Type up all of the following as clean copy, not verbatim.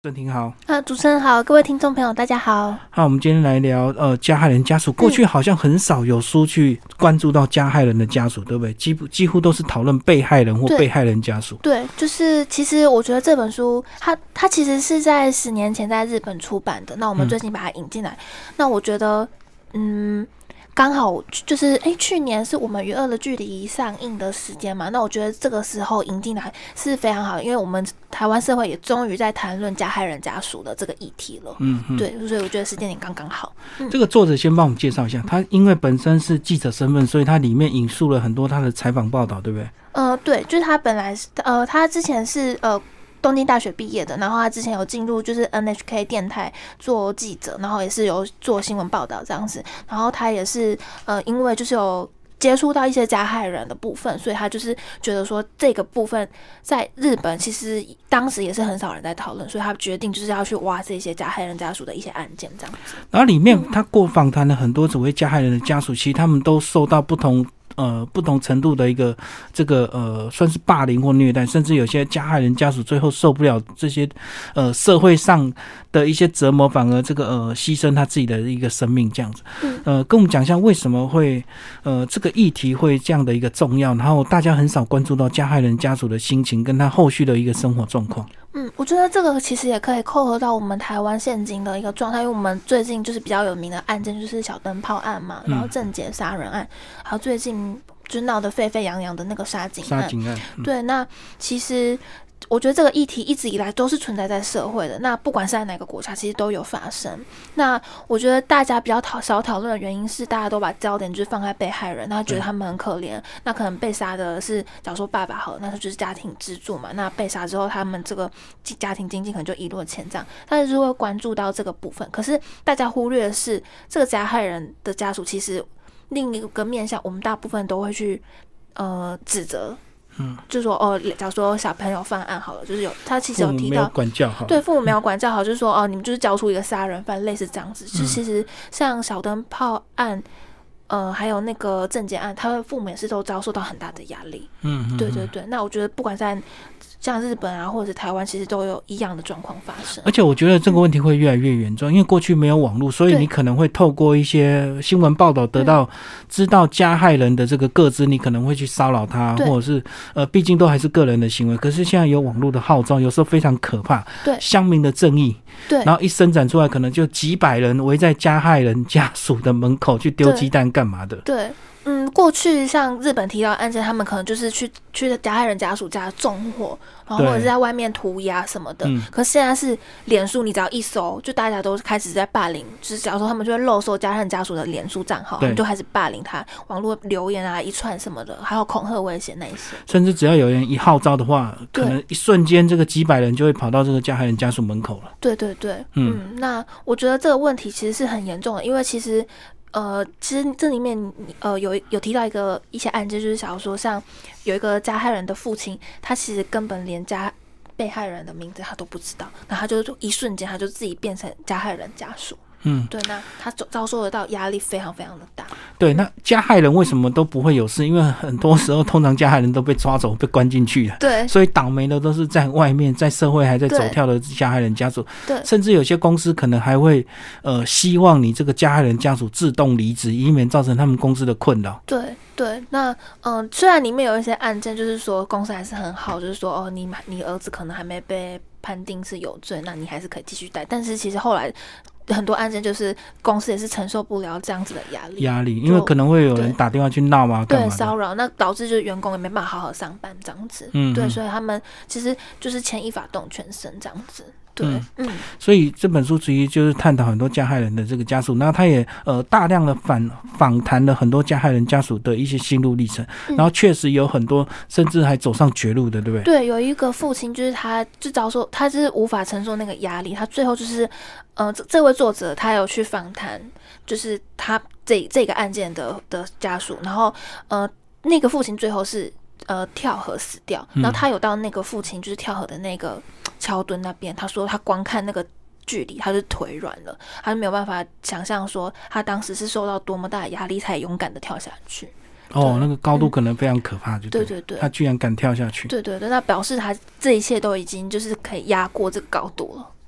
郑婷好， 主持人好，各位听众朋友大家好。 好，我们今天来聊加害人家属。过去好像很少有书去关注到加害人的家属，对不对？几乎都是讨论被害人或被害人家属。 对，就是其实我觉得这本书它其实是在10年前在日本出版的，那我们最近把它引进来。那我觉得刚好就是去年是我们与恶的距离上映的时间嘛，那我觉得这个时候引进来是非常好的，因为我们台湾社会也终于在谈论加害人家属的这个议题了。对，所以我觉得时间点刚刚好。 这个作者先帮我们介绍一下，他因为本身是记者身份，所以他里面引述了很多他的采访报道，对不对？ 对，就是他本来是他之前是东京大学毕业的，然后他之前有进入就是 NHK 电台做记者，然后也是有做新闻报道这样子，然后他也是因为就是有接触到一些加害人的部分，所以他就是觉得说这个部分在日本其实当时也是很少人在讨论，所以他决定就是要去挖这些加害人家属的一些案件这样子。 然后里面他访谈了很多所谓加害人的家属，其实他们都受到不同程度的一个算是霸凌或虐待，甚至有些加害人家属最后受不了这些社会上的一些折磨，反而牺牲他自己的一个生命这样子。跟我们讲一下为什么会这个议题会这样的一个重要，然后大家很少关注到加害人家属的心情跟他后续的一个生活状况。 我觉得这个其实也可以扣合到我们台湾现今的一个状态，因为我们最近就是比较有名的案件就是小灯泡案嘛，然后郑捷杀人案，还有最近就闹得沸沸扬扬的那个杀警案。对，那其实我觉得这个议题一直以来都是存在在社会的，那不管是在哪个国家其实都有发生。那我觉得大家比较少讨论的原因是大家都把焦点就是放在被害人，那觉得他们很可怜，那可能被杀的是假如说爸爸好了，那就是家庭支柱嘛，那被杀之后他们这个家庭经济可能就一落千丈，大家就会关注到这个部分。可是大家忽略的是这个加害人的家属其实另一个面向我们大部分都会去指责，就是说假如说小朋友犯案好了，就是他其实有提到父母没有管教好， 对，父母没有管教好，就是说你们就是教出一个杀人犯，类似这样子。就其实像小灯泡案，还有那个郑捷案，他的父母也是都遭受到很大的压力。对对对。那我觉得不管在像日本啊，或者是台湾，其实都有一样的状况发生。 而且我觉得这个问题会越来越严重，因为过去没有网络，所以你可能会透过一些新闻报道知道加害人的这个个资，你可能会去骚扰他，或者是毕竟都还是个人的行为。可是现在有网络的号召，有时候非常可怕。 对， 乡民的正义。 对， 然后一伸展出来，可能就几百人围在加害人家属的门口去丢鸡蛋干嘛的。 对。过去像日本提到的案件，他们可能就是去加害人家属家纵火，然后或者是在外面涂鸦什么的。可是现在是脸书，你只要一搜，就大家都开始在霸凌，就是假如说他们就会漏搜加害人家属的脸书账号，他们就开始霸凌他，网络留言啊一串什么的，还有恐吓威胁那一些。 甚至只要有人一号召的话，可能一瞬间这个几百人就会跑到这个加害人家属门口了。 对对对，那我觉得这个问题其实是很严重的，因为其实这里面有提到一些案件，就是假如说像有一个加害人的父亲，他其实根本连被害人的名字他都不知道，然后他就一瞬间他就自己变成加害人家属。对，那他遭受得到压力非常非常的大。 对，那加害人为什么都不会有事？因为很多时候通常加害人都被抓走被关进去了。 对， 所以倒霉的都是在外面在社会还在走跳的加害人家属。 对， 甚至有些公司可能还会希望你这个加害人家属自动离职，以免造成他们公司的困扰。 对对，那虽然里面有一些案件就是说公司还是很好，就是说你儿子可能还没被判定是有罪，那你还是可以继续带，但是其实后来很多案件就是公司也是承受不了这样子的压力， 因为可能会有人打电话去闹啊， 对，骚扰，那导致就是员工也没办法好好上班这样子。对，所以他们其实就是牵一发动全身这样子。对， 所以这本书其实就是探讨很多加害人的这个家属，然后他也大量的访谈了很多加害人家属的一些心路历程，然后确实有很多甚至还走上绝路的，对不对？ 对，有一个父亲就是他就遭受，他就是无法承受那个压力，他最后就是这位作者他有去访谈，就是他这个案件的家属，然后那个父亲最后是跳河死掉，然后他有到那个父亲就是跳河的那个桥墩那边，他说他光看那个距离他就腿软了，他就没有办法想象说他当时是受到多么大的压力才勇敢的跳下去。 那个高度可能非常可怕， 对对对， 他居然敢跳下去。 对对对，那表示他这一切都已经就是可以压过这个高度了。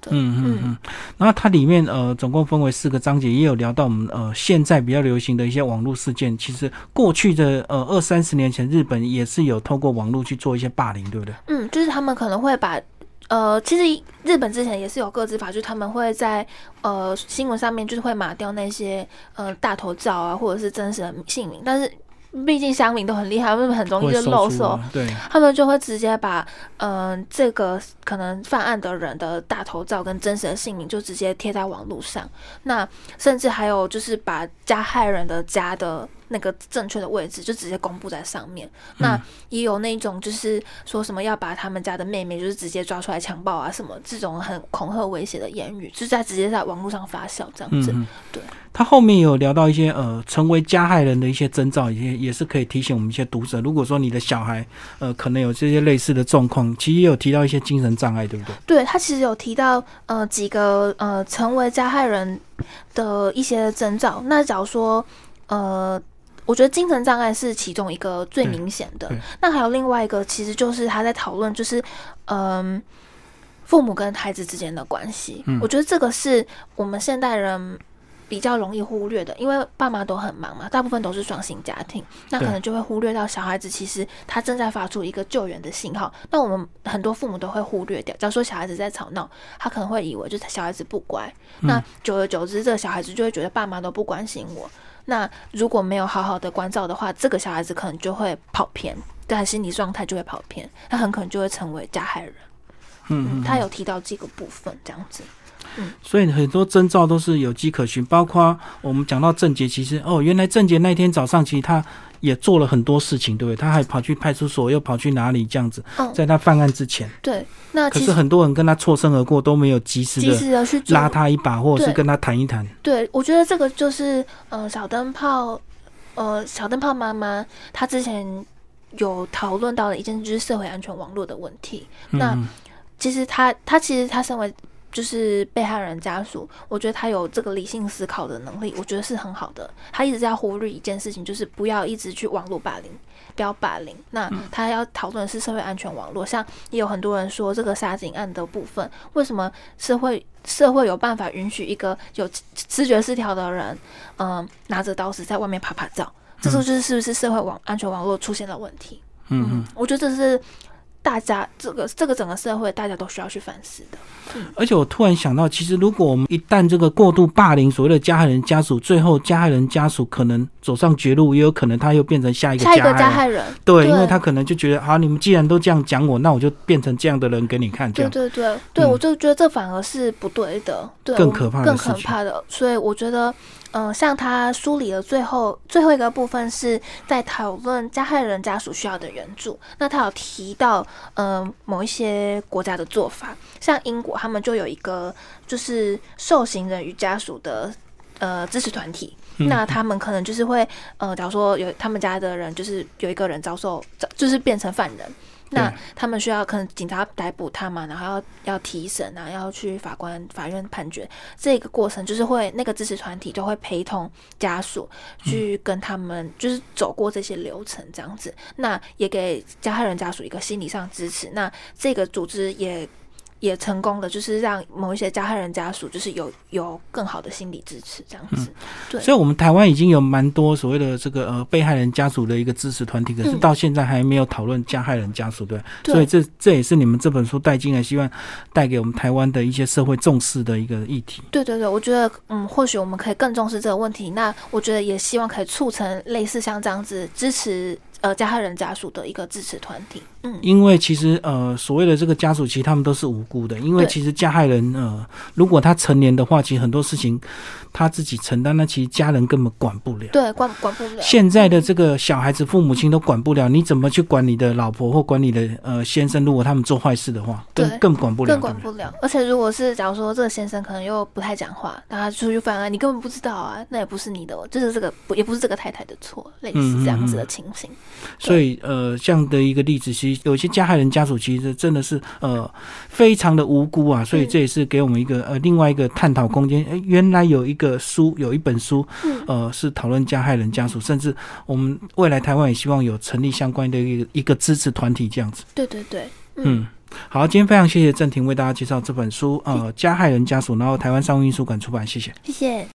的。 然后它里面总共分为4个章节，也有聊到我们现在比较流行的一些网络事件。其实过去的20-30年前，日本也是有透过网络去做一些霸凌，对不对？ 就是他们可能会把其实日本之前也是有个资法，就是他们会在新闻上面就是会码掉那些大头照啊，或者是真实的姓名，但是毕竟乡民都很厉害，他们很容易就漏搜， 对， 他们就会直接把这个可能犯案的人的大头照跟真实的姓名就直接贴在网络上，那甚至还有就是把加害人的家的那个正确的位置就直接公布在上面。那也有那种就是说什么要把他们家的妹妹就是直接抓出来强暴啊什么，这种很恐吓威胁的言语就是直接在网络上发酵这样子。对， 他后面有聊到一些成为加害人的一些征兆，也是可以提醒我们一些读者，如果说你的小孩可能有这些类似的状况，其实也有提到一些精神障碍，对不对？ 对，他其实有提到几个成为加害人的一些征兆。那假如说我觉得精神障碍是其中一个最明显的，那还有另外一个其实就是他在讨论就是父母跟孩子之间的关系。我觉得这个是我们现代人比较容易忽略的，因为爸妈都很忙嘛，大部分都是双薪家庭，那可能就会忽略到小孩子其实他正在发出一个救援的信号。那我们很多父母都会忽略掉，假如说小孩子在吵闹，他可能会以为就是小孩子不乖，那久而久之这个小孩子就会觉得爸妈都不关心我，那如果没有好好的关照的话，这个小孩子可能就会跑偏，他心理状态就会跑偏，他很可能就会成为加害人。他有提到这个部分这样子。 所以很多征兆都是有迹可循，包括我们讲到郑捷，其实原来郑捷那天早上其实他也做了很多事情，对不对？他还跑去派出所，又跑去哪里这样子，在他犯案之前。对，那可是很多人跟他错身而过，都没有及时的去拉他一把，或者是跟他谈一谈。 对，我觉得这个就是小灯泡妈妈她之前有讨论到的一件就是社会安全网络的问题。那其实他身为就是被害人家属，我觉得他有这个理性思考的能力，我觉得是很好的。他一直在呼吁一件事情，就是不要一直去网络霸凌，不要霸凌。那他要讨论的是社会安全网络，像也有很多人说这个杀警案的部分，为什么社会有办法允许一个有思觉失调的人，拿着刀子在外面拍拍照？这时候就是是不是社会安全网络出现了问题？我觉得这是大家这个整个社会大家都需要去反思的。 而且我突然想到，其实如果我们一旦这个过度霸凌所谓的加害人家属，最后加害人家属可能走上绝路，也有可能他又变成下一个加害人。对，因为他可能就觉得好，你们既然都这样讲我，那我就变成这样的人给你看。对， 我就觉得这反而是不对的，对， 更可怕的。所以我觉得像他梳理了最后一个部分是在讨论加害人家属需要的援助。那他有提到某一些国家的做法，像英国他们就有一个就是受刑人与家属的支持团体。那他们可能就是会假如说有他们家的人就是有一个人就是变成犯人，那他们需要可能警察逮捕他嘛，然后要提审啊，要去法院判决，这个过程就是会那个支持团体就会陪同家属去跟他们就是走过这些流程这样子，那也给加害人家属一个心理上支持。那这个组织也成功的就是让某一些加害人家属就是有更好的心理支持这样子。对， 所以我们台湾已经有蛮多所谓的这个被害人家属的一个支持团体，可是到现在还没有讨论加害人家属，对。所以这也是你们这本书带进来，希望带给我们台湾的一些社会重视的一个议题。 对，我觉得或许我们可以更重视这个问题。那我觉得也希望可以促成类似像这样子支持加害人家属的一个支持团体。 因为其实所谓的这个家属其实他们都是无辜的，因为其实加害人如果他成年的话，其实很多事情他自己承担，那其实家人根本管不了。 对，管不了。 现在的这个小孩子父母亲都管不了，你怎么去管你的老婆或管你的先生？如果他们做坏事的话，更管不了。 而且如果是假如说这个先生可能又不太讲话，那他出去犯案，你根本不知道啊，那也不是你的，就是这个也不是这个太太的错，类似这样子的情形。 所以这样的一个例子，其实有些加害人家属其实真的是非常的无辜啊，所以这也是给我们一个另外一个探讨空间。原来有一本书是讨论加害人家属，甚至我们未来台湾也希望有成立相关的一个支持团体这样子。 对。 好，今天非常谢谢郑婷为大家介绍这本书，加害人家属，然后台湾商务印书馆出版，谢谢。 谢谢。